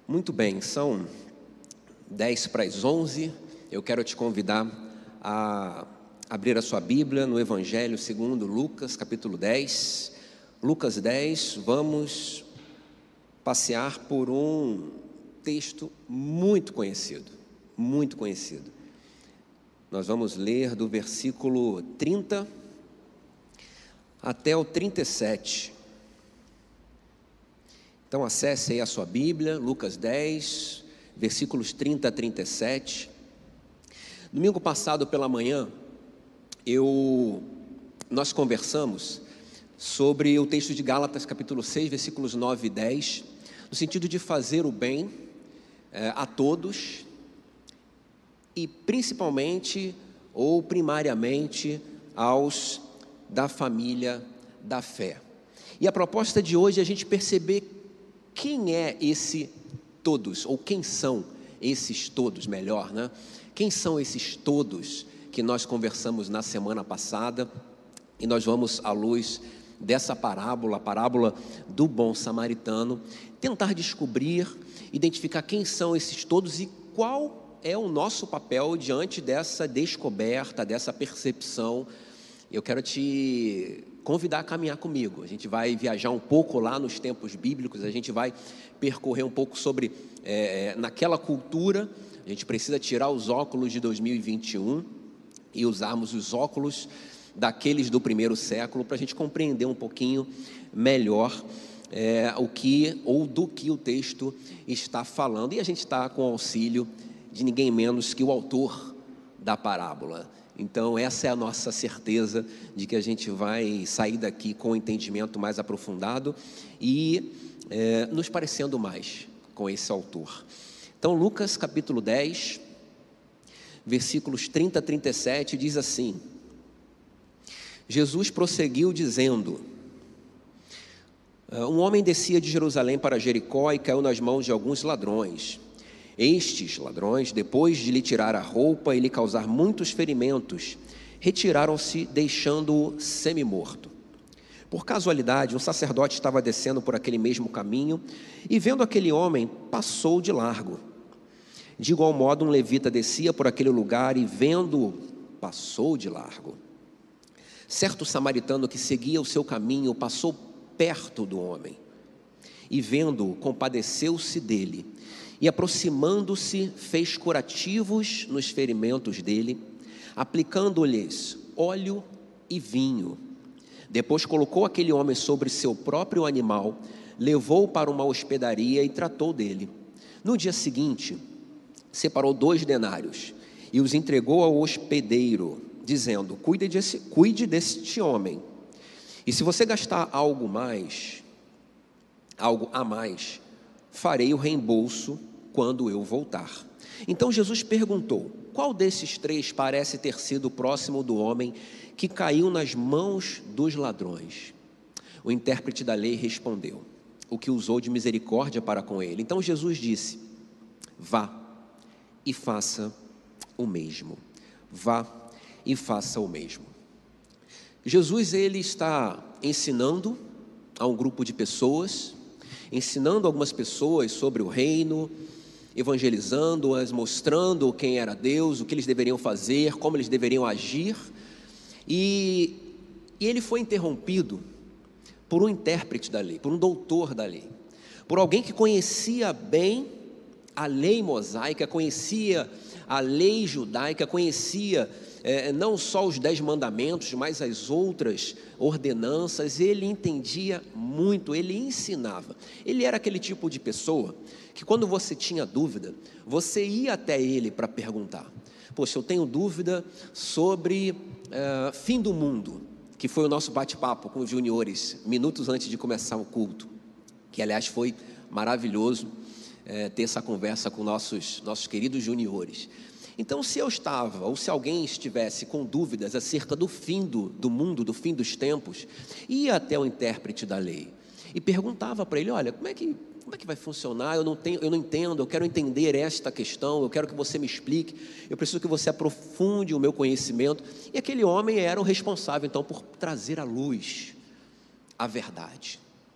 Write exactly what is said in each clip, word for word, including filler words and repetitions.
Muito bem, são dez para as onze. Eu quero te convidar a abrir a sua Bíblia no Evangelho segundo Lucas, capítulo dez. Lucas dez, vamos passear por um texto muito conhecido, muito conhecido. Nós vamos ler do versículo trinta até o trinta e sete. Então acesse aí a sua Bíblia, Lucas dez, versículos trinta a trinta e sete. Domingo passado pela manhã, eu, nós conversamos sobre o texto de Gálatas, capítulo seis, versículos nove e dez, no sentido de fazer o bem é, a todos e principalmente ou primariamente aos da família da fé. E a proposta de hoje é a gente perceber quem é esse todos, ou quem são esses todos, melhor, né? Quem são esses todos que nós conversamos na semana passada, e nós vamos, à luz dessa parábola, a parábola do bom samaritano, tentar descobrir, identificar quem são esses todos e qual é o nosso papel diante dessa descoberta, dessa percepção. Eu quero te convidar a caminhar comigo. A gente vai viajar um pouco lá nos tempos bíblicos, a gente vai percorrer um pouco sobre, é, naquela cultura. A gente precisa tirar os óculos de dois mil e vinte e um e usarmos os óculos daqueles do primeiro século para a gente compreender um pouquinho melhor é, o que ou do que o texto está falando. E a gente está com o auxílio de ninguém menos que o autor da parábola. Então essa é a nossa certeza de que a gente vai sair daqui com um entendimento mais aprofundado e é, nos parecendo mais com esse autor. Então Lucas capítulo dez, versículos trinta a trinta e sete diz assim: Jesus prosseguiu dizendo: um homem descia de Jerusalém para Jericó e caiu nas mãos de alguns ladrões. Estes ladrões, depois de lhe tirar a roupa e lhe causar muitos ferimentos, retiraram-se, deixando-o semi-morto. Por casualidade, um sacerdote estava descendo por aquele mesmo caminho e, vendo aquele homem, passou de largo. De igual modo, um levita descia por aquele lugar e, vendo-o, passou de largo. Certo samaritano que seguia o seu caminho passou perto do homem e, vendo-o, compadeceu-se dele e, aproximando-se, fez curativos nos ferimentos dele, aplicando-lhes óleo e vinho. Depois colocou aquele homem sobre seu próprio animal, levou-o para uma hospedaria e tratou dele. No dia seguinte, separou dois denários e os entregou ao hospedeiro, dizendo: cuide desse, cuide deste homem, e se você gastar algo mais, algo a mais, farei o reembolso quando eu voltar. Então Jesus perguntou: qual desses três parece ter sido próximo do homem que caiu nas mãos dos ladrões? O intérprete da lei respondeu: o que usou de misericórdia para com ele. Então Jesus disse: vá e faça o mesmo. Vá e faça o mesmo. Jesus, ele está ensinando a um grupo de pessoas, ensinando algumas pessoas sobre o reino, evangelizando-as, mostrando quem era Deus, o que eles deveriam fazer, como eles deveriam agir, e, e ele foi interrompido por um intérprete da lei, por um doutor da lei, por alguém que conhecia bem a lei mosaica, conhecia a lei judaica, conhecia é, não só os dez mandamentos, mas as outras ordenanças. Ele entendia muito, ele ensinava. Ele era aquele tipo de pessoa que, quando você tinha dúvida, você ia até ele para perguntar. Poxa, eu tenho dúvida sobre é, fim do mundo, que foi o nosso bate-papo com os juniores, minutos antes de começar o culto, que aliás foi maravilhoso é, ter essa conversa com nossos, nossos queridos juniores. Então, se eu estava, ou se alguém estivesse com dúvidas acerca do fim do, do mundo, do fim dos tempos, ia até o intérprete da lei e perguntava para ele: olha, como é que, como é que vai funcionar? Eu não tenho, eu não entendo, eu quero entender esta questão, eu quero que você me explique, eu preciso que você aprofunde o meu conhecimento. E aquele homem era o responsável, então, por trazer à luz a verdade.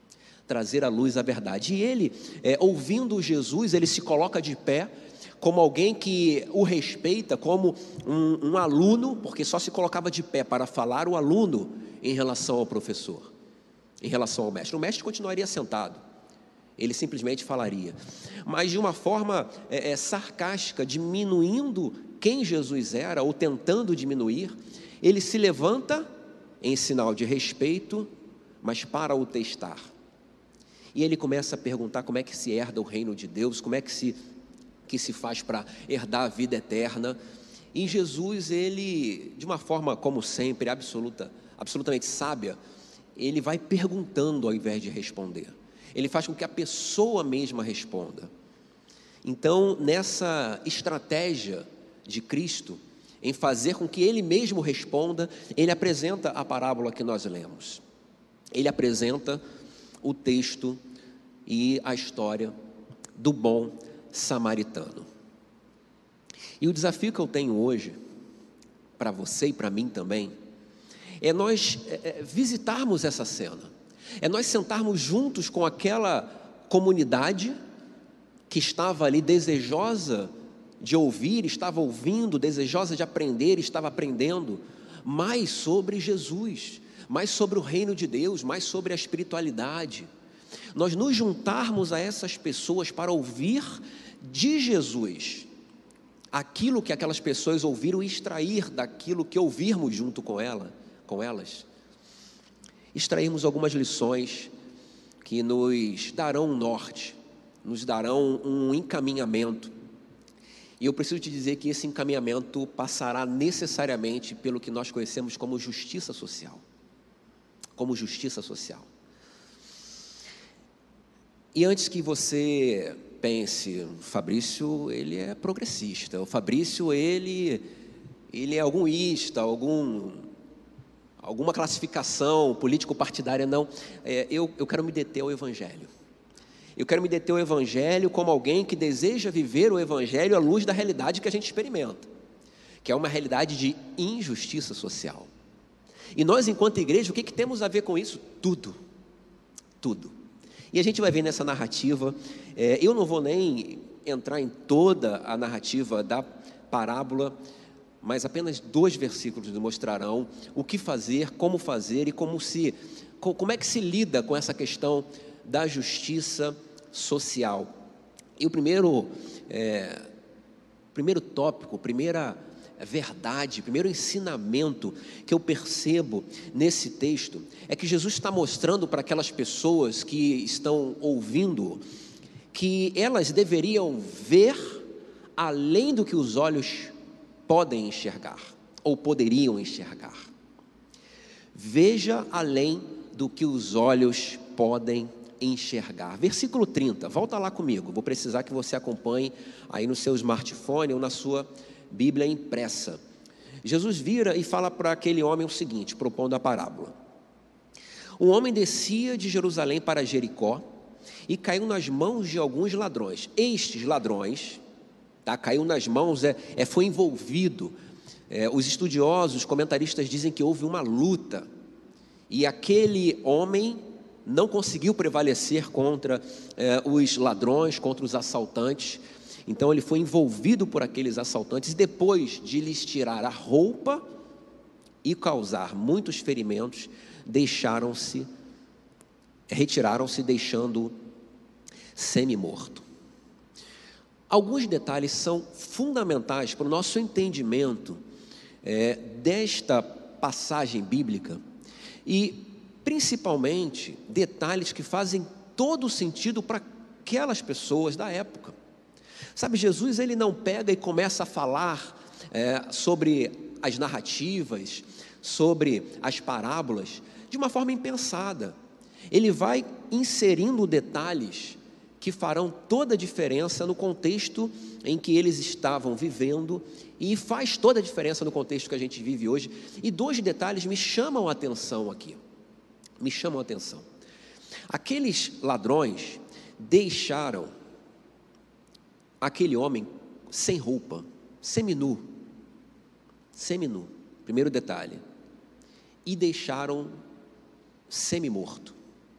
trazer à luz a verdade. E ele, é, ouvindo Jesus, ele se coloca de pé, como alguém que o respeita, como um, um aluno, porque só se colocava de pé para falar o aluno em relação ao professor, em relação ao mestre. O mestre continuaria sentado, ele simplesmente falaria, mas de uma forma é, é, sarcástica, diminuindo quem Jesus era, ou tentando diminuir. Ele se levanta em sinal de respeito, mas para o testar. E ele começa a perguntar como é que se herda o reino de Deus, como é que se, que se faz para herdar a vida eterna. E Jesus, ele, de uma forma, como sempre, absoluta, absolutamente sábia, ele vai perguntando ao invés de responder. Ele faz com que a pessoa mesma responda. Então, nessa estratégia de Cristo, em fazer com que ele mesmo responda, ele apresenta a parábola que nós lemos. Ele apresenta o texto e a história do bom samaritano. E o desafio que eu tenho hoje, para você e para mim também, é nós é, visitarmos essa cena, é nós sentarmos juntos com aquela comunidade que estava ali desejosa de ouvir, estava ouvindo, desejosa de aprender, estava aprendendo mais sobre Jesus, mais sobre o reino de Deus, mais sobre a espiritualidade. Nós nos juntarmos a essas pessoas para ouvir de Jesus aquilo que aquelas pessoas ouviram e extrair daquilo que ouvirmos junto com ela, com elas, extrairmos algumas lições que nos darão um norte, nos darão um encaminhamento. E eu preciso te dizer que esse encaminhamento passará necessariamente pelo que nós conhecemos como justiça social. Como justiça social. E antes que você pense, o Fabrício, ele é progressista, o Fabrício, ele, ele é algum ista, algum, alguma classificação político-partidária, não. É, eu, eu quero me deter ao Evangelho. Eu quero me deter ao Evangelho como alguém que deseja viver o Evangelho à luz da realidade que a gente experimenta, que é uma realidade de injustiça social. E nós, enquanto igreja, o que, que temos a ver com isso? Tudo, tudo. E a gente vai ver nessa narrativa, é, eu não vou nem entrar em toda a narrativa da parábola, mas apenas dois versículos nos mostrarão o que fazer, como fazer e como, se, como é que se lida com essa questão da justiça social. E o primeiro, é, primeiro tópico, primeira verdade, primeiro ensinamento que eu percebo nesse texto é que Jesus está mostrando para aquelas pessoas que estão ouvindo que elas deveriam ver além do que os olhos podem enxergar ou poderiam enxergar. Veja além do que os olhos podem enxergar. Versículo trinta, volta lá comigo, vou precisar que você acompanhe aí no seu smartphone ou na sua Bíblia impressa. Jesus vira e fala para aquele homem o seguinte, propondo a parábola. Um homem descia de Jerusalém para Jericó e caiu nas mãos de alguns ladrões. Estes ladrões, tá, caiu nas mãos, é, é, foi envolvido. É, os estudiosos, os comentaristas dizem que houve uma luta e aquele homem não conseguiu prevalecer contra é, os ladrões, contra os assaltantes. Então ele foi envolvido por aqueles assaltantes, e depois de lhes tirar a roupa e causar muitos ferimentos, deixaram-se, retiraram-se, deixando-o semi-morto. Alguns detalhes são fundamentais para o nosso entendimento é, desta passagem bíblica, e principalmente detalhes que fazem todo o sentido para aquelas pessoas da época. Sabe, Jesus, ele não pega e começa a falar é, sobre as narrativas, sobre as parábolas, de uma forma impensada. Ele vai inserindo detalhes que farão toda a diferença no contexto em que eles estavam vivendo, e faz toda a diferença no contexto que a gente vive hoje. E dois detalhes me chamam a atenção aqui, me chamam a atenção. Aqueles ladrões deixaram aquele homem sem roupa, seminu, seminu, primeiro detalhe, e deixaram semi-morto.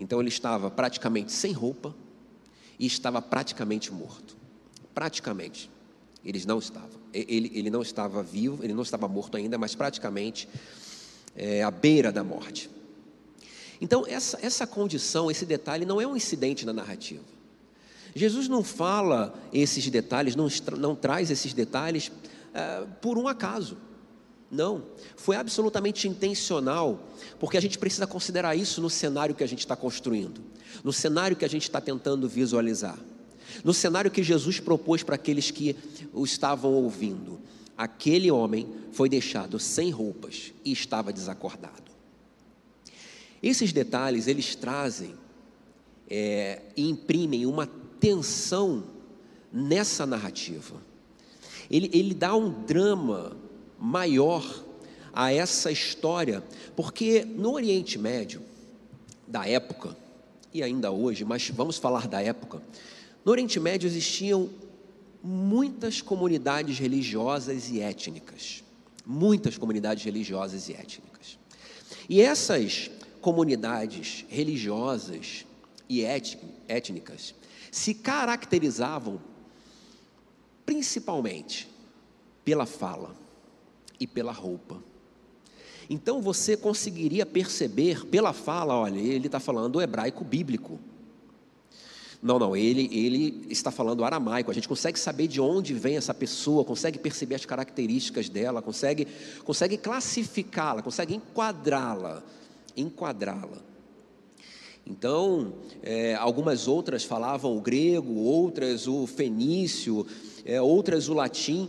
Então ele estava praticamente sem roupa e estava praticamente morto. Praticamente. Eles não estavam. Ele, ele não estava vivo, ele não estava morto ainda, mas praticamente é, à beira da morte. Então essa, essa condição, esse detalhe não é um incidente na narrativa. Jesus não fala esses detalhes, não, não traz esses detalhes é, por um acaso. Não, foi absolutamente intencional, porque a gente precisa considerar isso no cenário que a gente está construindo, no cenário que a gente está tentando visualizar, no cenário que Jesus propôs para aqueles que o estavam ouvindo. Aquele homem foi deixado sem roupas e estava desacordado. Esses detalhes, eles trazem é, e imprimem uma tensão nessa narrativa. Ele, ele dá um drama maior a essa história, porque no Oriente Médio, da época, e ainda hoje, mas vamos falar da época, no Oriente Médio existiam muitas comunidades religiosas e étnicas, muitas comunidades religiosas e étnicas, e essas comunidades religiosas e étnicas se caracterizavam principalmente pela fala e pela roupa. Então você conseguiria perceber pela fala, olha, ele está falando o hebraico bíblico. Não, não, ele, ele está falando aramaico. A gente consegue saber de onde vem essa pessoa, consegue perceber as características dela, consegue, consegue classificá-la, consegue enquadrá-la, enquadrá-la. Então, é, algumas outras falavam o grego, outras o fenício, é, outras o latim.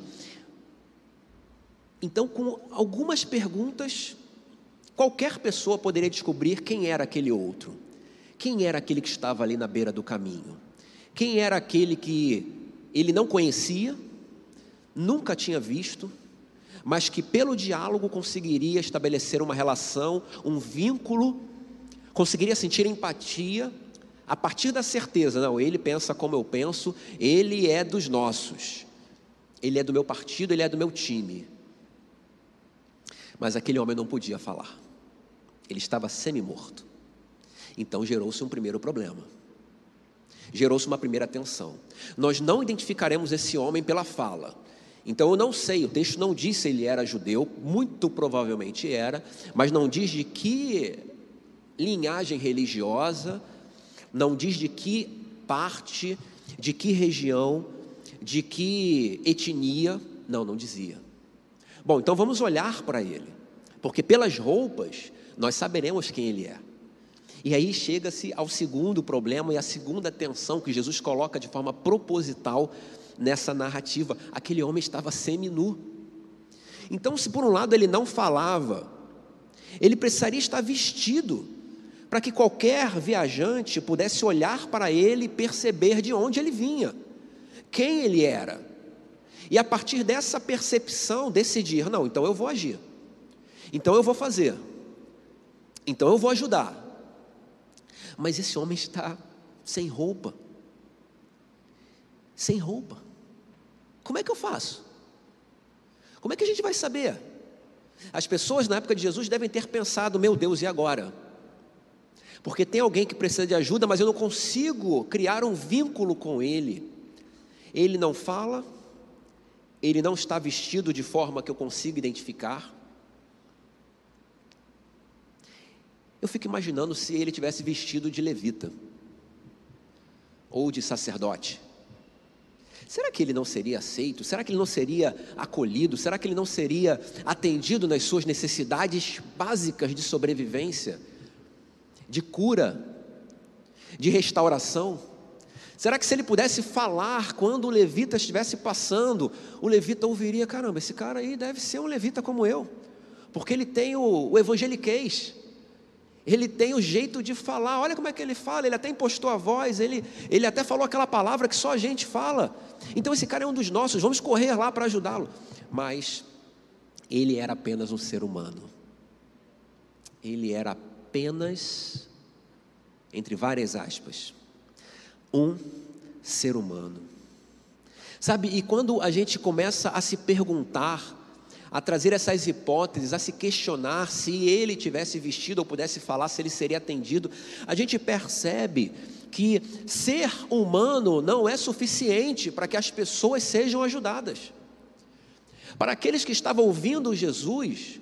Então, com algumas perguntas, qualquer pessoa poderia descobrir quem era aquele outro. Quem era aquele que estava ali na beira do caminho? Quem era aquele que ele não conhecia, nunca tinha visto, mas que pelo diálogo conseguiria estabelecer uma relação, um vínculo, conseguiria sentir empatia, a partir da certeza, não, ele pensa como eu penso, ele é dos nossos, ele é do meu partido, ele é do meu time. Mas aquele homem não podia falar, ele estava semi-morto. Então gerou-se um primeiro problema, gerou-se uma primeira tensão. Nós não identificaremos esse homem pela fala. Então eu não sei, o texto não diz se ele era judeu, muito provavelmente era, mas não diz de que linhagem religiosa, não diz de que parte, de que região, de que etnia, não, não dizia. Bom, então vamos olhar para ele, porque pelas roupas nós saberemos quem ele é. E aí chega-se ao segundo problema e a segunda tensão que Jesus coloca de forma proposital nessa narrativa. Aquele homem estava semi-nu. Então, se por um lado ele não falava, ele precisaria estar vestido, para que qualquer viajante pudesse olhar para ele e perceber de onde ele vinha, quem ele era. E a partir dessa percepção, decidir, não, então eu vou agir, então eu vou fazer, então eu vou ajudar. Mas esse homem está sem roupa, sem roupa, como é que eu faço? Como é que a gente vai saber? As pessoas na época de Jesus devem ter pensado, meu Deus, e agora? Porque tem alguém que precisa de ajuda, mas eu não consigo criar um vínculo com ele. Ele não fala, ele não está vestido de forma que eu consiga identificar. Eu fico imaginando se ele tivesse vestido de levita ou de sacerdote. Será que ele não seria aceito? Será que ele não seria acolhido? Será que ele não seria atendido nas suas necessidades básicas de sobrevivência, de cura, de restauração? Será que se ele pudesse falar quando o levita estivesse passando, o levita ouviria, caramba, esse cara aí deve ser um levita como eu, porque ele tem o, o evangeliquez, ele tem o jeito de falar, olha como é que ele fala, ele até impostou a voz, ele, ele até falou aquela palavra que só a gente fala, então esse cara é um dos nossos, vamos correr lá para ajudá-lo. Mas ele era apenas um ser humano, ele era apenas, entre várias aspas, um ser humano. Sabe, e quando a gente começa a se perguntar a trazer essas hipóteses, a se questionar se ele tivesse vestido ou pudesse falar, se ele seria atendido, a gente percebe que ser humano não é suficiente para que as pessoas sejam ajudadas. Para aqueles que estavam ouvindo Jesus,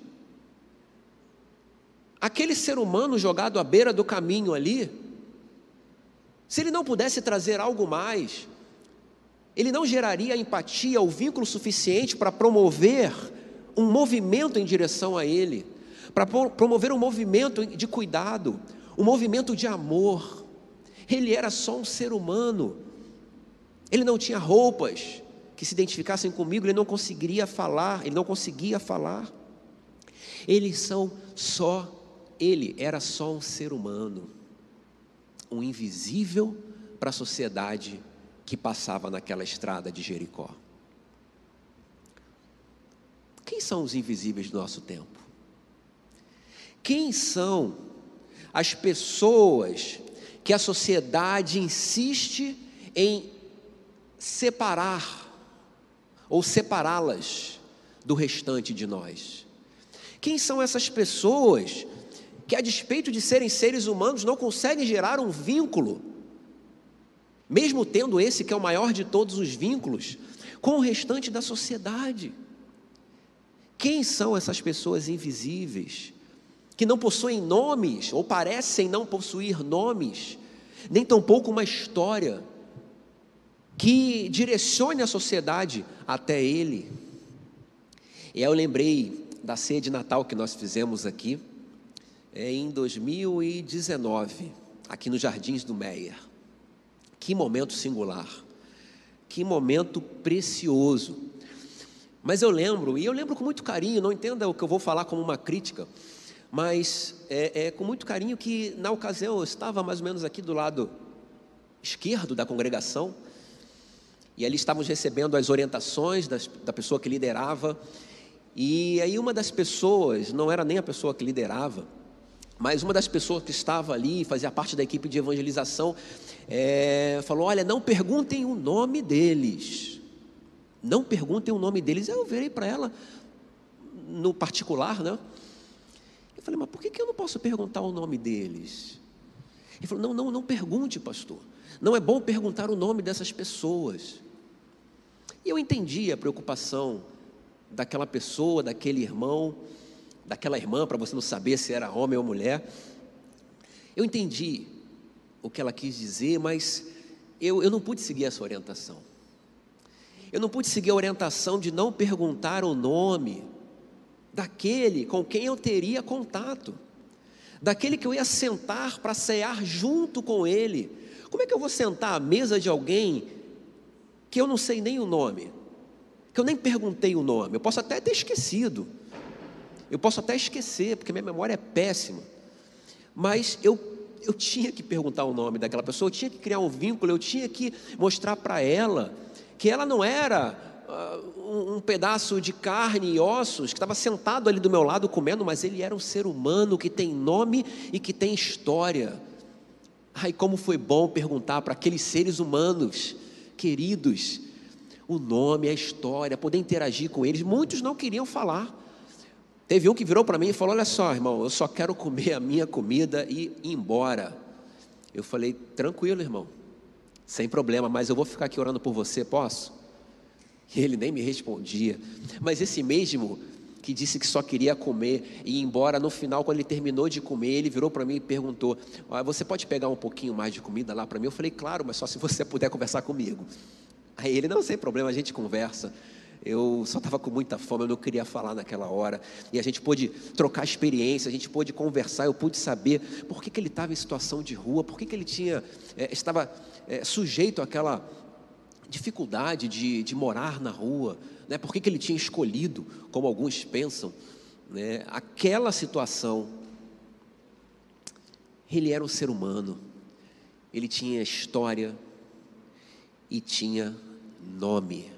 aquele ser humano jogado à beira do caminho ali, se ele não pudesse trazer algo mais, ele não geraria empatia ou vínculo suficiente para promover um movimento em direção a ele, para promover um movimento de cuidado, um movimento de amor. Ele era só um ser humano, ele não tinha roupas que se identificassem comigo, ele não conseguiria falar, ele não conseguia falar. Eles são só, ele era só um ser humano, um invisível para a sociedade que passava naquela estrada de Jericó. Quem são os invisíveis do nosso tempo? Quem são as pessoas que a sociedade insiste em separar ou separá-las do restante de nós? Quem são essas pessoas que, a despeito de serem seres humanos, não conseguem gerar um vínculo, mesmo tendo esse que é o maior de todos os vínculos, com o restante da sociedade? Quem são essas pessoas invisíveis, que não possuem nomes, ou parecem não possuir nomes, nem tampouco uma história que direcione a sociedade até ele? E aí eu lembrei da ceia de Natal que nós fizemos aqui, é, em dois mil e dezenove, aqui nos Jardins do Meier. Que momento singular, que momento precioso. Mas eu lembro, e eu lembro com muito carinho, não entenda o que eu vou falar como uma crítica, mas é, é com muito carinho que, na ocasião, eu estava mais ou menos aqui do lado esquerdo da congregação, e ali estávamos recebendo as orientações das, da pessoa que liderava, e aí uma das pessoas, não era nem a pessoa que liderava, mas uma das pessoas que estava ali, fazia parte da equipe de evangelização, é, falou: olha, não perguntem o nome deles, não perguntem o nome deles. Aí eu virei para ela, no particular, né? Eu falei: mas por que que eu não posso perguntar o nome deles? Ele falou: não, não, não pergunte, pastor, não é bom perguntar o nome dessas pessoas. E eu entendi a preocupação daquela pessoa, daquele irmão, daquela irmã, para você não saber se era homem ou mulher. Eu entendi o que ela quis dizer, mas eu, eu não pude seguir essa orientação. Eu não pude seguir a orientação de não perguntar o nome daquele com quem eu teria contato, daquele que eu ia sentar para cear junto com ele. Como é que eu vou sentar à mesa de alguém que eu não sei nem o nome, que eu nem perguntei o nome? Eu posso até ter esquecido, eu posso até esquecer, porque minha memória é péssima, mas eu, eu tinha que perguntar o nome daquela pessoa, eu tinha que criar um vínculo, eu tinha que mostrar para ela que ela não era uh, um, um pedaço de carne e ossos, que estava sentado ali do meu lado comendo, mas ele era um ser humano que tem nome e que tem história. Ai, como foi bom perguntar para aqueles seres humanos queridos o nome, a história, poder interagir com eles. Muitos não queriam falar. Teve um que virou para mim e falou: olha só, irmão, eu só quero comer a minha comida e ir embora. Eu falei: tranquilo, irmão, sem problema, mas eu vou ficar aqui orando por você, posso? E ele nem me respondia. Mas esse mesmo que disse que só queria comer e ir embora, no final, quando ele terminou de comer, ele virou para mim e perguntou: ah, você pode pegar um pouquinho mais de comida lá para mim? Eu falei: claro, mas só se você puder conversar comigo. Aí ele: não, sem problema, a gente conversa. Eu só estava com muita fome, eu não queria falar naquela hora, e a gente pôde trocar experiência, a gente pôde conversar, eu pude saber por que, que ele estava em situação de rua, por que, que ele tinha, é, estava é, sujeito àquela dificuldade de, de morar na rua, né? Por que, que ele tinha escolhido, como alguns pensam, né, aquela situação. Ele era um ser humano, ele tinha história e tinha nome.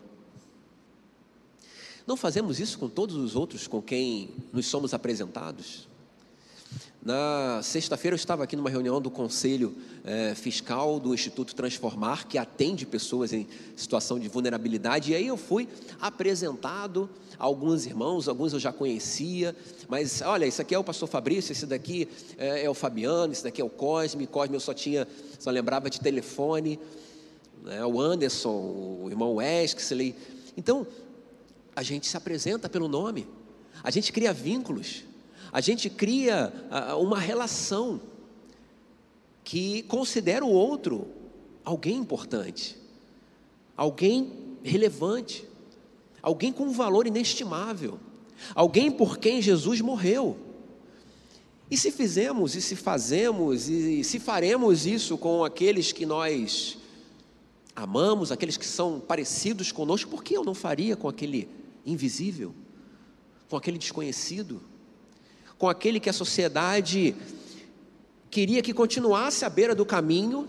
Não fazemos isso com todos os outros com quem nos somos apresentados? Na sexta-feira eu estava aqui numa reunião do Conselho eh, Fiscal do Instituto Transformar, que atende pessoas em situação de vulnerabilidade, e aí eu fui apresentado a alguns irmãos, alguns eu já conhecia, mas olha, esse aqui é o pastor Fabrício, esse daqui é, é o Fabiano, esse daqui é o Cosme, Cosme eu só tinha, só lembrava de telefone, né, o Anderson, o irmão Wesley. Então, a gente se apresenta pelo nome, a gente cria vínculos, a gente cria uma relação que considera o outro alguém importante, alguém relevante, alguém com um valor inestimável, alguém por quem Jesus morreu. E se fizemos, e se fazemos, e se faremos isso com aqueles que nós amamos, aqueles que são parecidos conosco, por que eu não faria com aquele invisível, com aquele desconhecido, com aquele que a sociedade queria que continuasse à beira do caminho?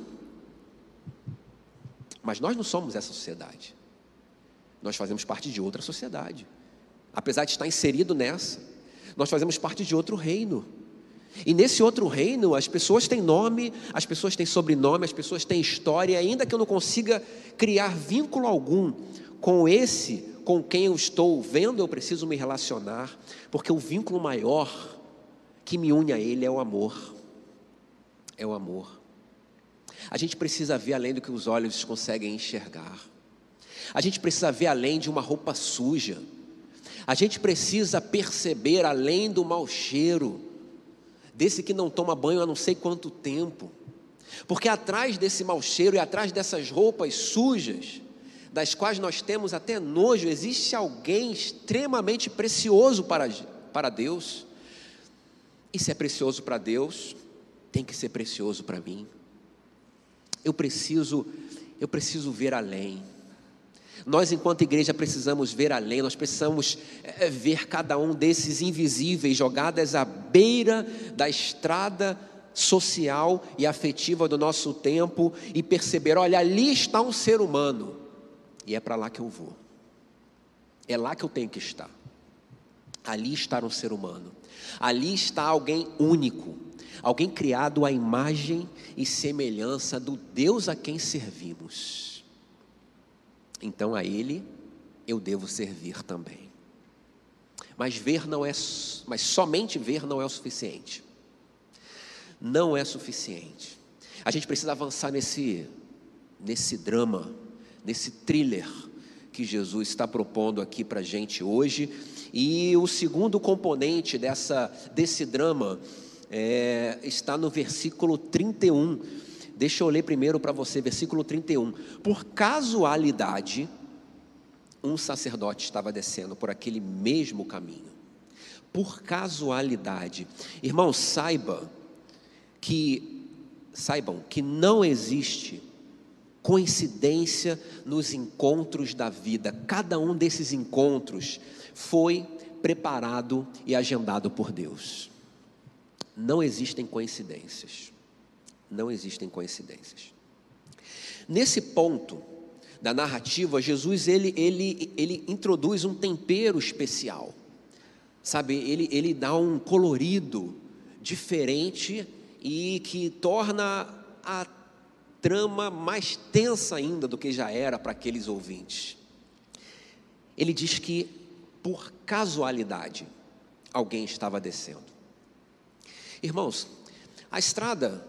Mas nós não somos essa sociedade, nós fazemos parte de outra sociedade, apesar de estar inserido nessa, nós fazemos parte de outro reino, e nesse outro reino as pessoas têm nome, as pessoas têm sobrenome, as pessoas têm história, e ainda que eu não consiga criar vínculo algum com esse com quem eu estou vendo, eu preciso me relacionar, porque o vínculo maior que me une a Ele é o amor, é o amor. A gente precisa ver além do que os olhos conseguem enxergar, a gente precisa ver além de uma roupa suja, a gente precisa perceber além do mau cheiro, desse que não toma banho há não sei quanto tempo, porque atrás desse mau cheiro e atrás dessas roupas sujas, das quais nós temos até nojo, existe alguém extremamente precioso para, para Deus. E se é precioso para Deus, tem que ser precioso para mim. Eu preciso, eu preciso ver além. Nós, enquanto igreja, precisamos ver além. Nós precisamos é, ver cada um desses invisíveis jogadas à beira da estrada social e afetiva do nosso tempo e perceber, olha, ali está um ser humano e é para lá que eu vou. É lá que eu tenho que estar. Ali está um ser humano, ali está alguém único, alguém criado à imagem e semelhança do Deus a quem servimos. Então a Ele eu devo servir também. Mas ver não é, mas somente ver não é o suficiente. Não é suficiente. A gente precisa avançar nesse, nesse drama, nesse thriller que Jesus está propondo aqui para a gente hoje. E o segundo componente dessa, desse drama é, está no versículo trinta e um. Deixa eu ler primeiro para você, versículo trinta e um. Por casualidade, um sacerdote estava descendo por aquele mesmo caminho. Por casualidade. Irmãos, saiba que, saibam que não existe coincidência nos encontros da vida. Cada um desses encontros foi preparado e agendado por Deus. Não existem coincidências. Não existem coincidências. Nesse ponto da narrativa, Jesus ele, ele, ele introduz um tempero especial. Sabe, ele, ele dá um colorido diferente e que torna a trama mais tensa ainda do que já era para aqueles ouvintes. Ele diz que por casualidade alguém estava descendo. Irmãos, a estrada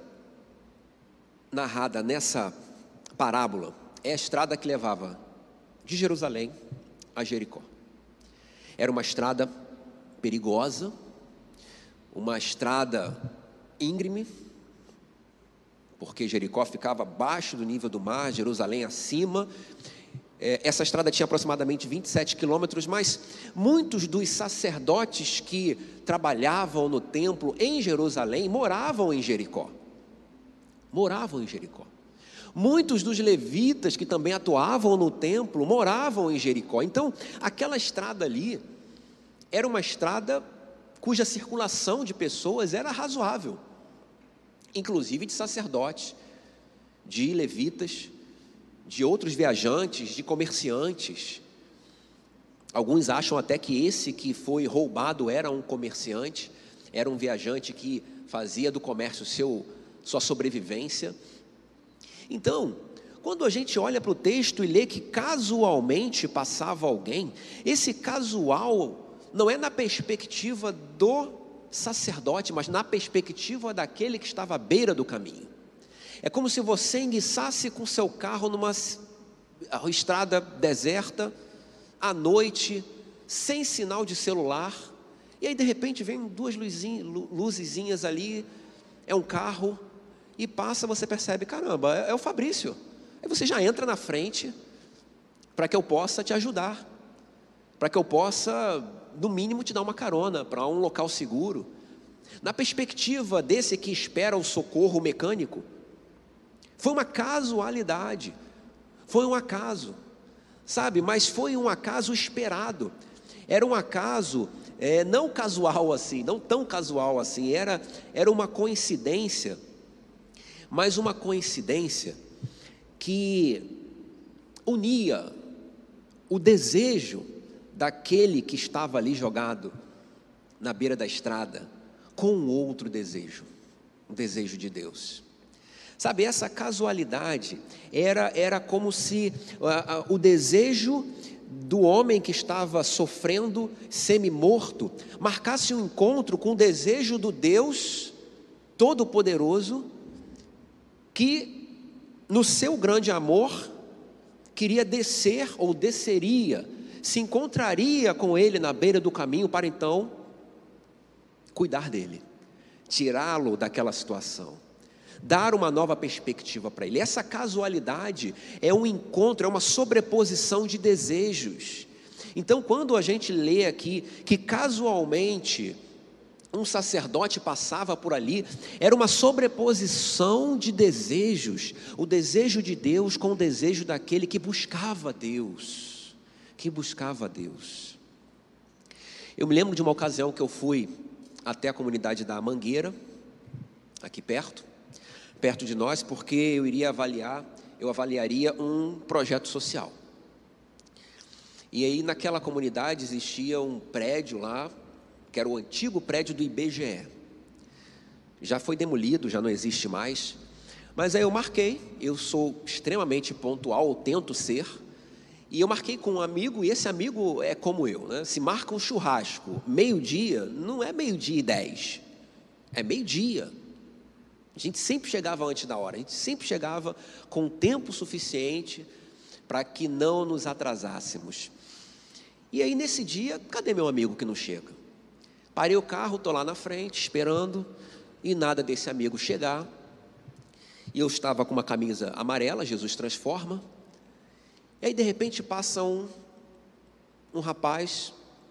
narrada nessa parábola é a estrada que levava de Jerusalém a Jericó. Era uma estrada perigosa, uma estrada íngreme, porque Jericó ficava abaixo do nível do mar, Jerusalém acima. Essa estrada tinha aproximadamente vinte e sete quilômetros, mas muitos dos sacerdotes que trabalhavam no templo em Jerusalém moravam em Jericó. Moravam em Jericó. Muitos dos levitas que também atuavam no templo moravam em Jericó. Então, aquela estrada ali era uma estrada cuja circulação de pessoas era razoável, inclusive de sacerdotes, de levitas, de outros viajantes, de comerciantes. Alguns acham até que esse que foi roubado era um comerciante, era um viajante que fazia do comércio seu, sua sobrevivência. Então, quando a gente olha para o texto e lê que casualmente passava alguém, esse casual não é na perspectiva do sacerdote, mas na perspectiva daquele que estava à beira do caminho. É como se você enguiçasse com seu carro numa estrada deserta, à noite, sem sinal de celular, e aí de repente vem duas luzinhas, luzezinhas ali, é um carro, e passa, você percebe, caramba, é, é o Fabrício. Aí você já entra na frente, para que eu possa te ajudar, para que eu possa, no mínimo, te dar uma carona, para um local seguro. Na perspectiva desse que espera o socorro mecânico, foi uma casualidade, foi um acaso, sabe, mas foi um acaso esperado, era um acaso, é, não casual assim, não tão casual assim, era, era uma coincidência, mas uma coincidência que unia o desejo daquele que estava ali jogado na beira da estrada com um outro desejo, o desejo de Deus. Sabe, essa casualidade era, era como se uh, uh, o desejo do homem que estava sofrendo, semi-morto, marcasse um encontro com o desejo do Deus Todo-Poderoso, que no seu grande amor queria descer ou desceria, se encontraria com ele na beira do caminho para então cuidar dele, tirá-lo daquela situação, dar uma nova perspectiva para ele. Essa casualidade é um encontro, é uma sobreposição de desejos. Então, quando a gente lê aqui que casualmente um sacerdote passava por ali, era uma sobreposição de desejos, o desejo de Deus com o desejo daquele que buscava Deus, que buscava Deus. Eu me lembro de uma ocasião que eu fui até a comunidade da Mangueira, aqui perto, perto de nós, porque eu iria avaliar, eu avaliaria um projeto social. E aí naquela comunidade existia um prédio lá, que era o antigo prédio do I B G E. Já foi demolido, já não existe mais. Mas aí eu marquei, eu sou extremamente pontual, ou tento ser, e eu marquei com um amigo, e esse amigo é como eu, né? Se marca um churrasco, meio-dia, não é meio-dia e dez, é meio-dia. A gente sempre chegava antes da hora, a gente sempre chegava com tempo suficiente para que não nos atrasássemos. E aí nesse dia, cadê meu amigo que não chega? Parei o carro, estou lá na frente, esperando, e nada desse amigo chegar. E eu estava com uma camisa amarela, Jesus Transforma. E aí de repente passa um, um rapaz,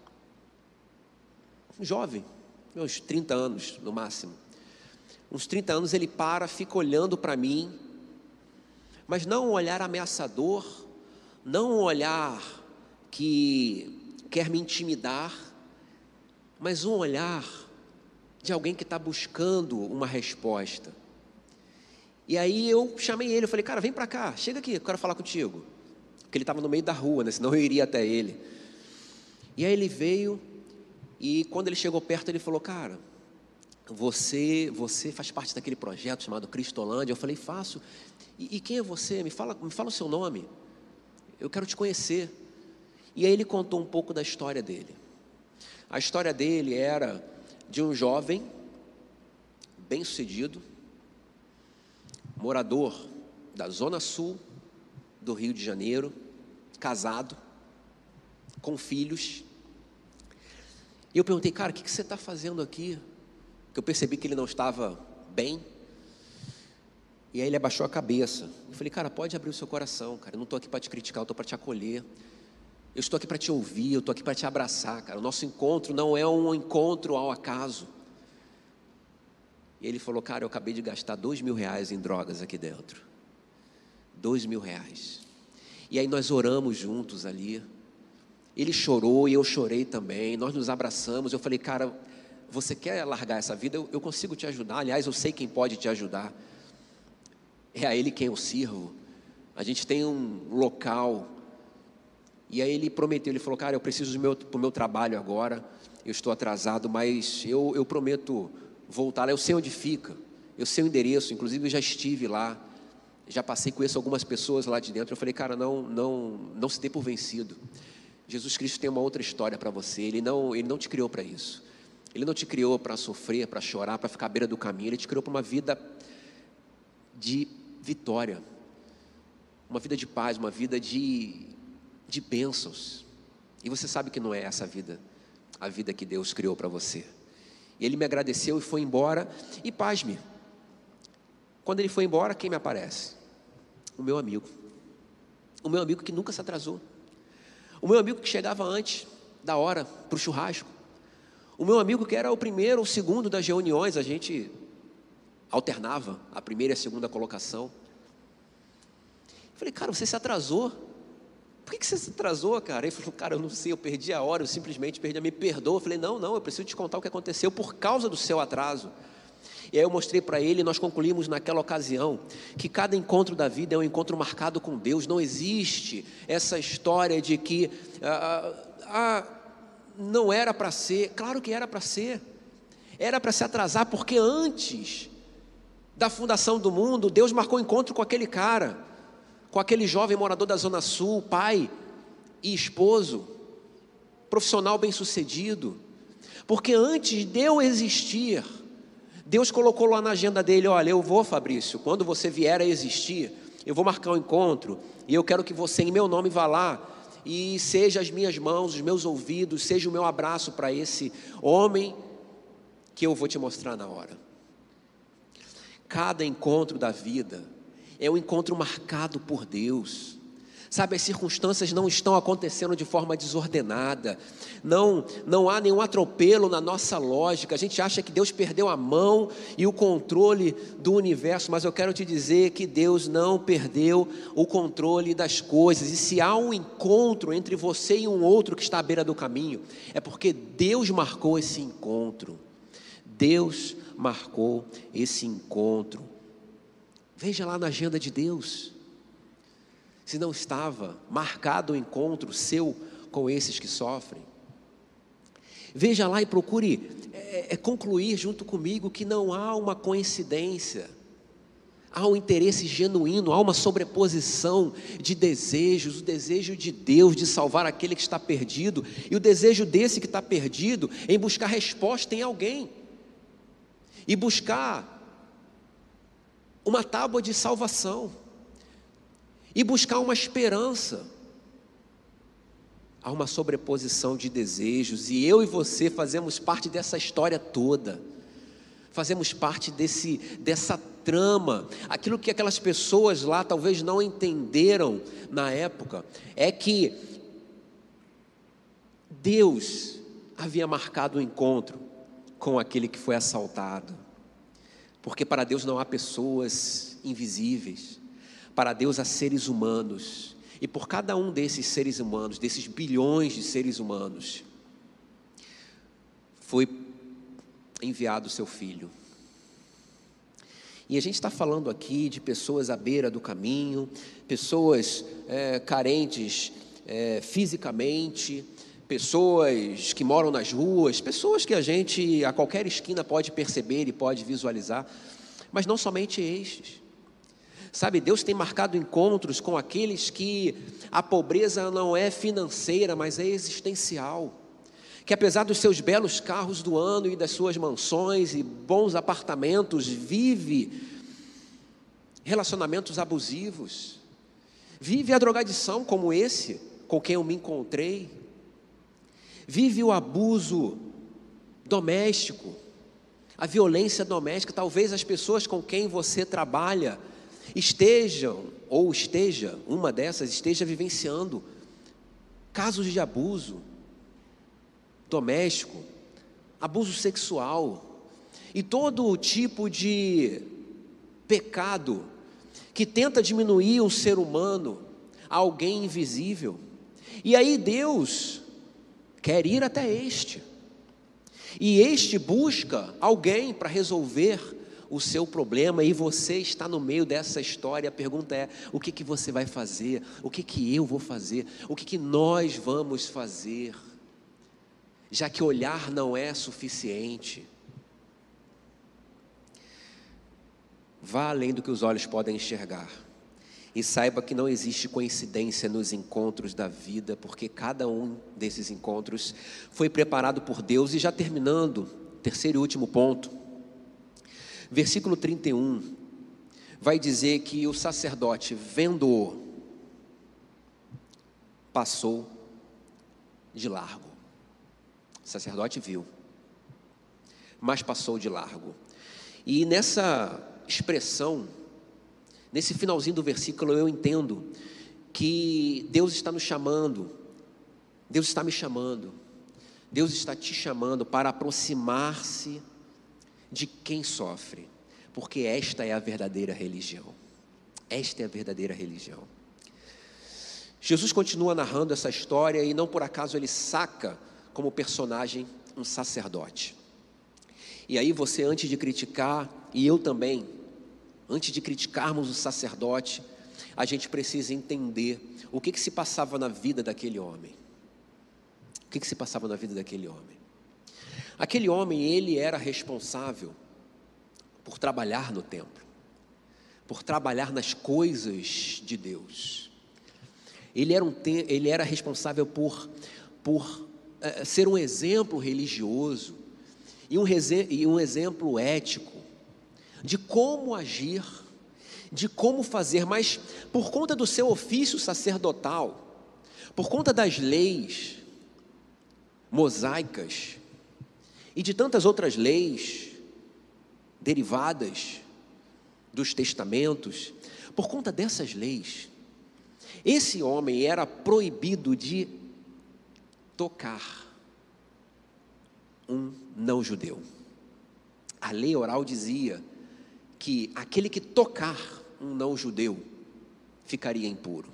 um jovem, uns trinta anos no máximo. Uns trinta anos, ele para, fica olhando para mim, mas não um olhar ameaçador, não um olhar que quer me intimidar, mas um olhar de alguém que está buscando uma resposta. E aí eu chamei ele, eu falei, cara, vem para cá, chega aqui, eu quero falar contigo. Porque ele estava no meio da rua, né? Senão eu iria até ele. E aí ele veio, e quando ele chegou perto, ele falou, cara, Você, você faz parte daquele projeto chamado Cristolândia? Eu falei, faço. E, e quem é você? Me fala, me fala o seu nome. Eu quero te conhecer. E aí ele contou um pouco da história dele. A história dele era de um jovem bem-sucedido, morador da Zona Sul do Rio de Janeiro, casado, com filhos. E eu perguntei, cara, o que, que você está fazendo aqui? Que eu percebi que ele não estava bem. E aí ele abaixou a cabeça. Eu falei, cara, pode abrir o seu coração, cara. Eu não estou aqui para te criticar, eu estou para te acolher. Eu estou aqui para te ouvir, eu estou aqui para te abraçar, cara. O nosso encontro não é um encontro ao acaso. E ele falou, cara, eu acabei de gastar dois mil reais em drogas aqui dentro. Dois mil reais. E aí nós oramos juntos ali. Ele chorou e eu chorei também. Nós nos abraçamos. Eu falei, cara, você quer largar essa vida? Eu, eu consigo te ajudar. Aliás, eu sei quem pode te ajudar. É a Ele quem eu sirvo. A gente tem um local. E aí ele prometeu, ele falou, cara, eu preciso do meu, pro meu trabalho agora. Eu estou atrasado, mas eu, eu prometo voltar lá. Eu sei onde fica, eu sei o endereço, inclusive eu já estive lá, já passei com isso algumas pessoas lá de dentro. Eu falei, cara, não, não, não se dê por vencido. Jesus Cristo tem uma outra história para você. Ele não, ele não te criou para isso. Ele não te criou para sofrer, para chorar, para ficar à beira do caminho. Ele te criou para uma vida de vitória, uma vida de paz, uma vida de, de bênçãos. E você sabe que não é essa a vida, a vida que Deus criou para você. E ele me agradeceu e foi embora. E pasme, quando ele foi embora, quem me aparece? O meu amigo. O meu amigo que nunca se atrasou. O meu amigo que chegava antes da hora para o churrasco. O meu amigo que era o primeiro ou o segundo das reuniões. A gente alternava a primeira e a segunda colocação. Eu falei, cara, você se atrasou? Por que, que você se atrasou, cara? Ele falou, cara, eu não sei, eu perdi a hora, eu simplesmente perdi, me perdoa. Eu falei, não, não, eu preciso te contar o que aconteceu por causa do seu atraso. E aí eu mostrei para ele, nós concluímos naquela ocasião, que cada encontro da vida é um encontro marcado com Deus. Não existe essa história de que ah, ah, não era para ser. Claro que era para ser. Era para se atrasar, porque antes da fundação do mundo, Deus marcou encontro com aquele cara, com aquele jovem morador da Zona Sul, pai e esposo, profissional bem-sucedido. Porque antes de eu existir, Deus colocou lá na agenda dele, olha, eu vou, Fabrício, quando você vier a existir, eu vou marcar um encontro, e eu quero que você, em meu nome, vá lá, e seja as minhas mãos, os meus ouvidos, seja o meu abraço para esse homem, que eu vou te mostrar na hora. Cada encontro da vida é um encontro marcado por Deus. Sabe, as circunstâncias não estão acontecendo de forma desordenada, não, não há nenhum atropelo na nossa lógica. A gente acha que Deus perdeu a mão e o controle do universo, mas eu quero te dizer que Deus não perdeu o controle das coisas. E se há um encontro entre você e um outro que está à beira do caminho, é porque Deus marcou esse encontro. Deus marcou esse encontro. Veja lá na agenda de Deus, se não estava marcado o encontro seu com esses que sofrem. Veja lá e procure é, é, concluir junto comigo que não há uma coincidência, há um interesse genuíno, há uma sobreposição de desejos, o desejo de Deus de salvar aquele que está perdido, e o desejo desse que está perdido em buscar resposta em alguém, e buscar uma tábua de salvação, e buscar uma esperança. Há uma sobreposição de desejos, e eu e você fazemos parte dessa história toda, fazemos parte desse, dessa trama. Aquilo que aquelas pessoas lá talvez não entenderam na época, é que Deus havia marcado um encontro com aquele que foi assaltado, porque para Deus não há pessoas invisíveis, para Deus há seres humanos, e por cada um desses seres humanos, desses bilhões de seres humanos, foi enviado o seu Filho. E a gente está falando aqui de pessoas à beira do caminho, pessoas é, carentes é, fisicamente, pessoas que moram nas ruas, pessoas que a gente a qualquer esquina pode perceber e pode visualizar, mas não somente estes. Sabe, Deus tem marcado encontros com aqueles que a pobreza não é financeira, mas é existencial. Que apesar dos seus belos carros do ano e das suas mansões e bons apartamentos, vive relacionamentos abusivos, vive a drogadição como esse com quem eu me encontrei, vive o abuso doméstico, a violência doméstica. Talvez as pessoas com quem você trabalha estejam, ou esteja, uma dessas esteja vivenciando casos de abuso doméstico, abuso sexual e todo tipo de pecado que tenta diminuir um ser humano a alguém invisível. E aí Deus quer ir até este, e este busca alguém para resolver o seu problema, e você está no meio dessa história. A pergunta é: o que, que você vai fazer? O que, que eu vou fazer? O que, que nós vamos fazer? Já que olhar não é suficiente, Vá além do que os olhos podem enxergar. E saiba que não existe coincidência nos encontros da vida, porque cada um desses encontros foi preparado por Deus. E já terminando, terceiro e último ponto, versículo trinta e um, vai dizer que o sacerdote, vendo-o, passou de largo. O sacerdote viu, mas passou de largo. E nessa expressão, nesse finalzinho do versículo, eu entendo que Deus está nos chamando, Deus está me chamando, Deus está te chamando para aproximar-se de quem sofre, porque esta é a verdadeira religião. Esta é a verdadeira religião. Jesus continua narrando essa história e não por acaso ele saca como personagem um sacerdote. E aí você, antes de criticar, e eu também, antes de criticarmos o sacerdote, a gente precisa entender o que que se passava na vida daquele homem. O que que se passava na vida daquele homem? Aquele homem, ele era responsável por trabalhar no templo, por trabalhar nas coisas de Deus. Ele era, um te, ele era responsável por, por uh, ser um exemplo religioso e um, reze, e um exemplo ético de como agir, de como fazer, mas por conta do seu ofício sacerdotal, por conta das leis mosaicas e de tantas outras leis derivadas dos testamentos, por conta dessas leis, esse homem era proibido de tocar um não-judeu. A lei oral dizia que aquele que tocar um não-judeu ficaria impuro.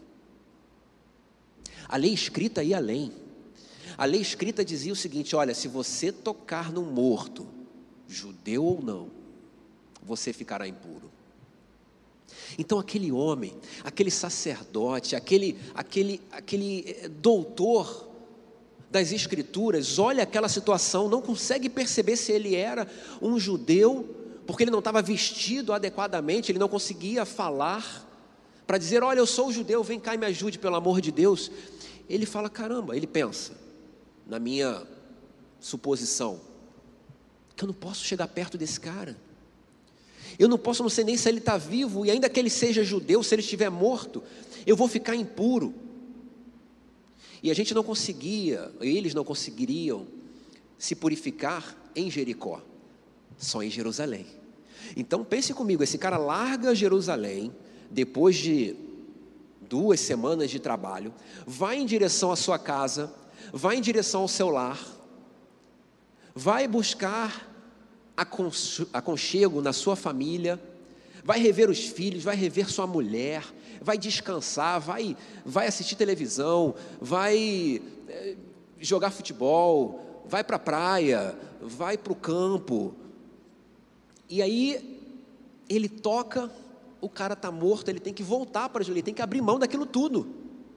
A lei escrita ia além. A lei escrita dizia o seguinte: olha, se você tocar num morto, judeu ou não, você ficará impuro. Então aquele homem, aquele sacerdote, aquele, aquele, aquele doutor das escrituras, olha aquela situação, não consegue perceber se ele era um judeu, porque ele não estava vestido adequadamente, ele não conseguia falar, para dizer, olha, eu sou judeu, vem cá e me ajude, pelo amor de Deus. Ele fala, caramba, ele pensa, na minha suposição, que eu não posso chegar perto desse cara. Eu não posso, não sei nem se ele está vivo, e ainda que ele seja judeu, se ele estiver morto, eu vou ficar impuro. E a gente não conseguia, eles não conseguiriam se purificar em Jericó, só em Jerusalém. Então pense comigo, esse cara larga Jerusalém, depois de duas semanas de trabalho, vai em direção à sua casa, vai em direção ao seu lar, vai buscar aconchego na sua família, vai rever os filhos, vai rever sua mulher, vai descansar, vai, vai assistir televisão, vai é, jogar futebol, vai para a praia, vai para o campo. E aí ele toca, o cara está morto, ele tem que voltar para Jerusalém, ele tem que abrir mão daquilo tudo.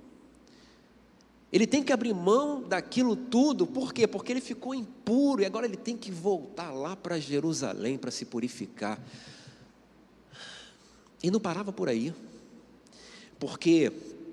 Ele tem que abrir mão daquilo tudo, por quê? Porque ele ficou impuro e agora ele tem que voltar lá para Jerusalém para se purificar. E não parava por aí, porque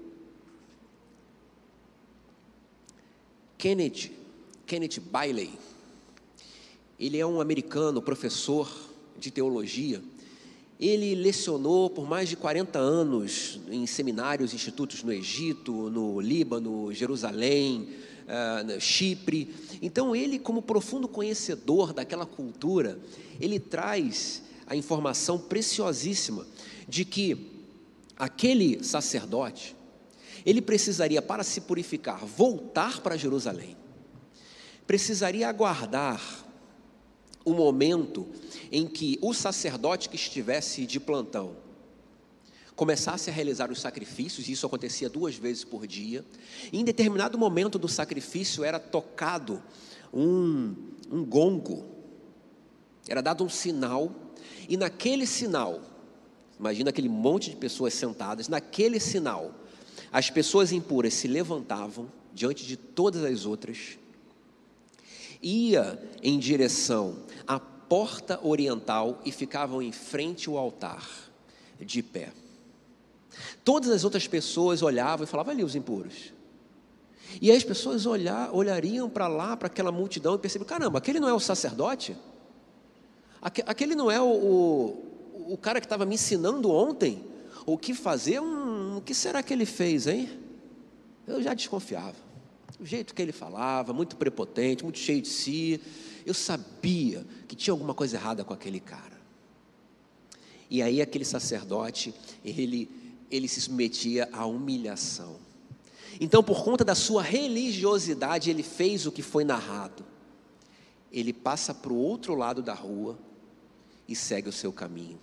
Kenneth, Kenneth Bailey, ele é um americano, professor de teologia. Ele lecionou por mais de quarenta anos em seminários, institutos no Egito, no Líbano, Jerusalém, uh, Chipre. Então ele, como profundo conhecedor daquela cultura, ele traz a informação preciosíssima de que aquele sacerdote, ele precisaria, para se purificar, voltar para Jerusalém, precisaria aguardar o momento em que o sacerdote que estivesse de plantão começasse a realizar os sacrifícios, e isso acontecia duas vezes por dia. E em determinado momento do sacrifício era tocado um, um gongo, era dado um sinal, e naquele sinal, imagina aquele monte de pessoas sentadas, naquele sinal, as pessoas impuras se levantavam diante de todas as outras, ia em direção à porta oriental e ficavam em frente ao altar, de pé. Todas as outras pessoas olhavam e falavam: ali os impuros. E aí as pessoas olhar, olhariam para lá, para aquela multidão, e percebiam: caramba, aquele não é o sacerdote? Aquele não é o, o, o cara que estava me ensinando ontem o que fazer? Hum, o que será que ele fez, hein? Eu já desconfiava. O jeito que ele falava, muito prepotente, muito cheio de si, eu sabia que tinha alguma coisa errada com aquele cara. E aí aquele sacerdote, ele, ele se submetia à humilhação. Então, por conta da sua religiosidade, ele fez o que foi narrado. Ele passa para o outro lado da rua e segue o seu caminho.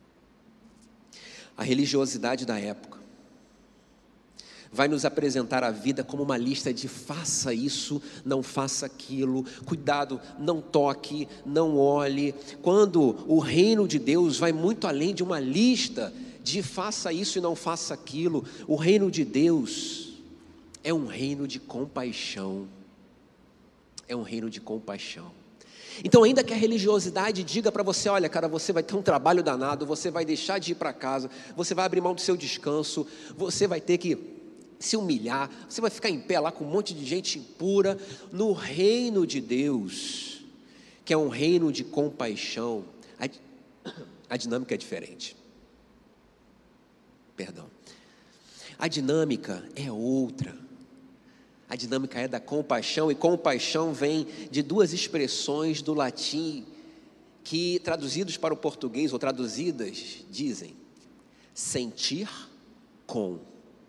A religiosidade da época vai nos apresentar a vida como uma lista de faça isso, não faça aquilo, cuidado, não toque, não olhe. Quando o reino de Deus vai muito além de uma lista de faça isso e não faça aquilo. O reino de Deus é um reino de compaixão. É um reino de compaixão. Então, ainda que a religiosidade diga para você: olha, cara, você vai ter um trabalho danado, você vai deixar de ir para casa, você vai abrir mão do seu descanso, você vai ter que se humilhar, você vai ficar em pé lá com um monte de gente impura. No reino de Deus, que é um reino de compaixão, a, a dinâmica é diferente. Perdão. A dinâmica é outra. A dinâmica é da compaixão, e compaixão vem de duas expressões do latim que, traduzidos para o português ou traduzidas, dizem sentir com.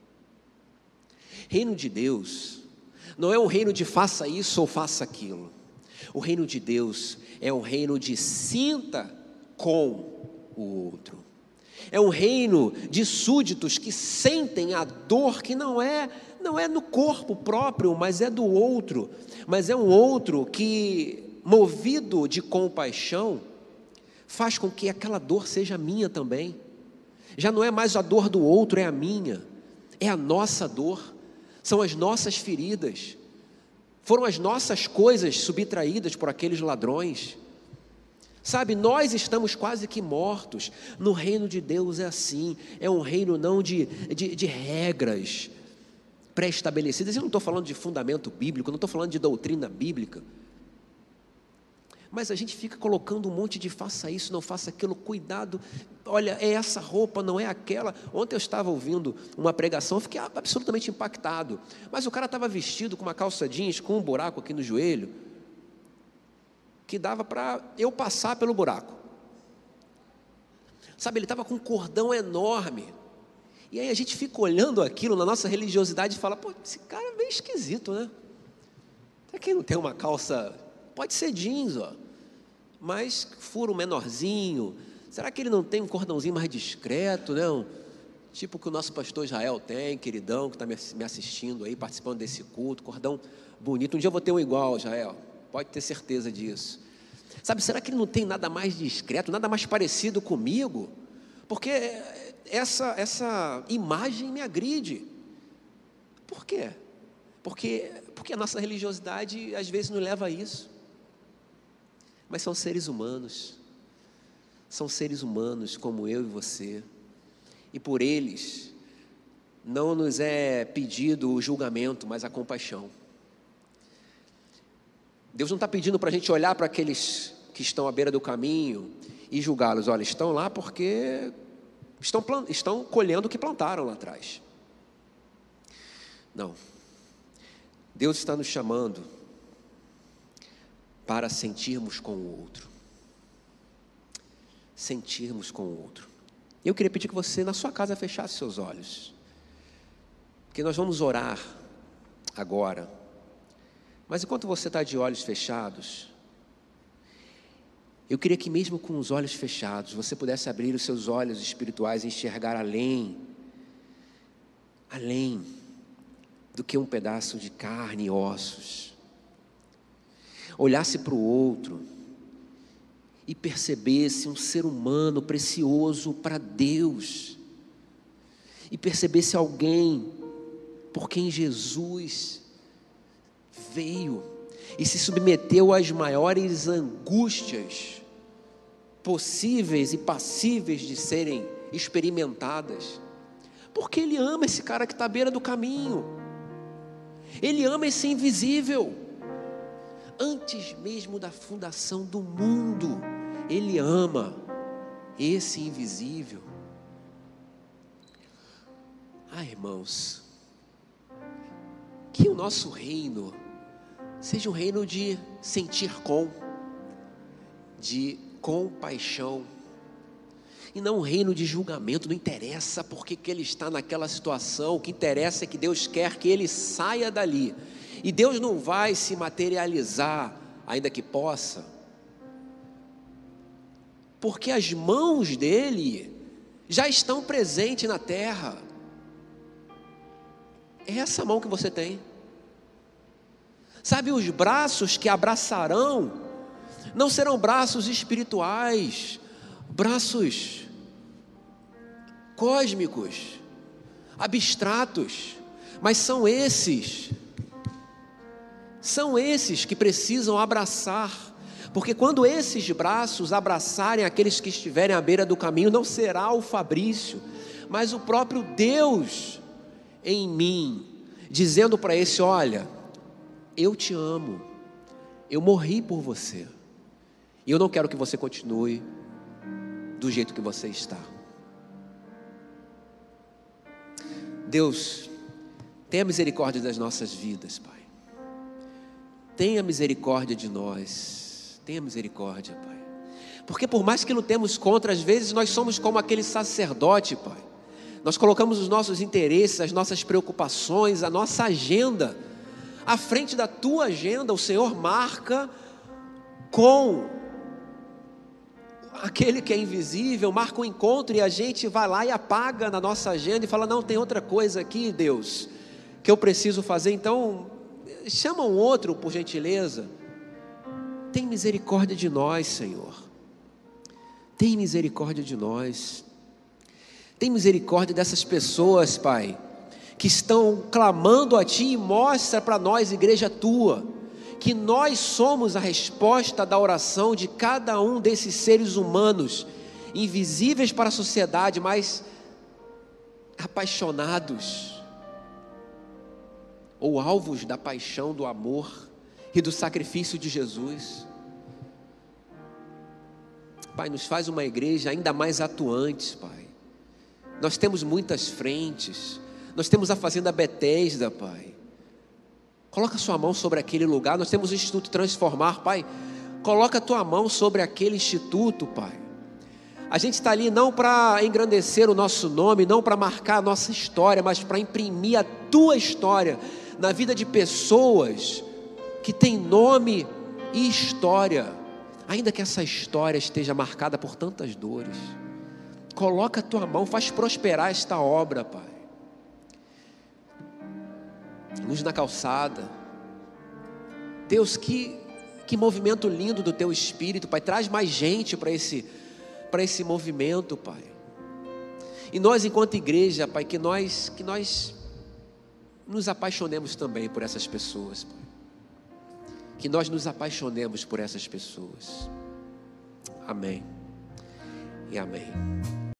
Reino de Deus não é um reino de faça isso ou faça aquilo. O reino de Deus é um reino de sinta com o outro. É um reino de súditos que sentem a dor que não é, não é no corpo próprio, mas é do outro. Mas é um outro que, movido de compaixão, faz com que aquela dor seja minha também. Já não é mais a dor do outro, é a minha. É a nossa dor. São as nossas feridas, foram as nossas coisas subtraídas por aqueles ladrões. Sabe, nós estamos quase que mortos. No reino de Deus é assim, é um reino não de, de, de regras pré-estabelecidas. Eu não estou falando de fundamento bíblico, não estou falando de doutrina bíblica. Mas a gente fica colocando um monte de faça isso, não faça aquilo, cuidado, olha, é essa roupa, não é aquela. Ontem eu estava ouvindo uma pregação, eu fiquei absolutamente impactado, mas o cara estava vestido com uma calça jeans, com um buraco aqui no joelho, que dava para eu passar pelo buraco. Sabe, ele estava com um cordão enorme, e aí a gente fica olhando aquilo na nossa religiosidade e fala: pô, esse cara é meio esquisito, né? Será que ele não tem uma calça... Pode ser jeans, ó, mas furo menorzinho. Será que ele não tem um cordãozinho mais discreto, não? Tipo que o nosso pastor Israel tem, queridão, que está me assistindo aí, participando desse culto, cordão bonito. Um dia eu vou ter um igual, Israel, pode ter certeza disso. Sabe, será que ele não tem nada mais discreto, nada mais parecido comigo? Porque essa, essa imagem me agride. Por quê? Porque, porque a nossa religiosidade às vezes nos leva a isso. Mas são seres humanos, são seres humanos como eu e você, e por eles não nos é pedido o julgamento, mas a compaixão. Deus não está pedindo para a gente olhar para aqueles que estão à beira do caminho e julgá-los. Olha, estão lá porque estão, estão colhendo o que plantaram lá atrás. Não, Deus está nos chamando para sentirmos com o outro. Sentirmos com o outro. Eu queria pedir que você, na sua casa, fechasse seus olhos, porque nós vamos orar agora. Mas enquanto você está de olhos fechados, eu queria que mesmo com os olhos fechados, você pudesse abrir os seus olhos espirituais e enxergar além, além do que um pedaço de carne e ossos. Olhasse para o outro e percebesse um ser humano precioso para Deus, e percebesse alguém por quem Jesus veio e se submeteu às maiores angústias possíveis e passíveis de serem experimentadas, porque Ele ama esse cara que está à beira do caminho, Ele ama esse invisível. Antes mesmo da fundação do mundo, Ele ama esse invisível. Ah, irmãos, que o nosso reino seja um reino de sentir com, de compaixão, e não um reino de julgamento. Não interessa porque que ele está naquela situação, o que interessa é que Deus quer que ele saia dali, e Deus não vai se materializar, ainda que possa, porque as mãos dele já estão presentes na terra. É essa mão que você tem. Sabe, os braços que abraçarão não serão braços espirituais, braços cósmicos, abstratos, mas são esses, são esses que precisam abraçar, porque quando esses braços abraçarem aqueles que estiverem à beira do caminho, não será o Fabrício, mas o próprio Deus em mim, dizendo para esse: olha, eu te amo, eu morri por você, e eu não quero que você continue do jeito que você está. Deus, tenha misericórdia das nossas vidas, Pai. Tenha misericórdia de nós. Tenha misericórdia, Pai. Porque por mais que lutemos contra, às vezes nós somos como aquele sacerdote, Pai. Nós colocamos os nossos interesses, as nossas preocupações, a nossa agenda à frente da Tua agenda. O Senhor marca com aquele que é invisível, marca um encontro, e a gente vai lá e apaga na nossa agenda e fala: não, tem outra coisa aqui, Deus, que eu preciso fazer. Então chama um outro, por gentileza. Tem misericórdia de nós, Senhor. Tem misericórdia de nós. Tem misericórdia dessas pessoas, Pai, que estão clamando a Ti, e mostra para nós, igreja Tua, que nós somos a resposta da oração de cada um desses seres humanos, invisíveis para a sociedade, mas apaixonados, ou alvos da paixão, do amor e do sacrifício de Jesus. Pai, nos faz uma igreja ainda mais atuante, Pai. Nós temos muitas frentes, nós temos a Fazenda Betesda, Pai. Coloca a Sua mão sobre aquele lugar. Nós temos o Instituto Transformar, Pai. Coloca a Tua mão sobre aquele instituto, Pai. A gente está ali não para engrandecer o nosso nome, não para marcar a nossa história, mas para imprimir a Tua história na vida de pessoas que têm nome e história, ainda que essa história esteja marcada por tantas dores. Coloca a Tua mão, faz prosperar esta obra, Pai. Luz na calçada. Deus, que, que movimento lindo do Teu Espírito, Pai. Traz mais gente para esse, para esse movimento, Pai. E nós, enquanto igreja, Pai, que nós, que nós nos apaixonemos também por essas pessoas, Pai. Que nós nos apaixonemos por essas pessoas. Amém e amém.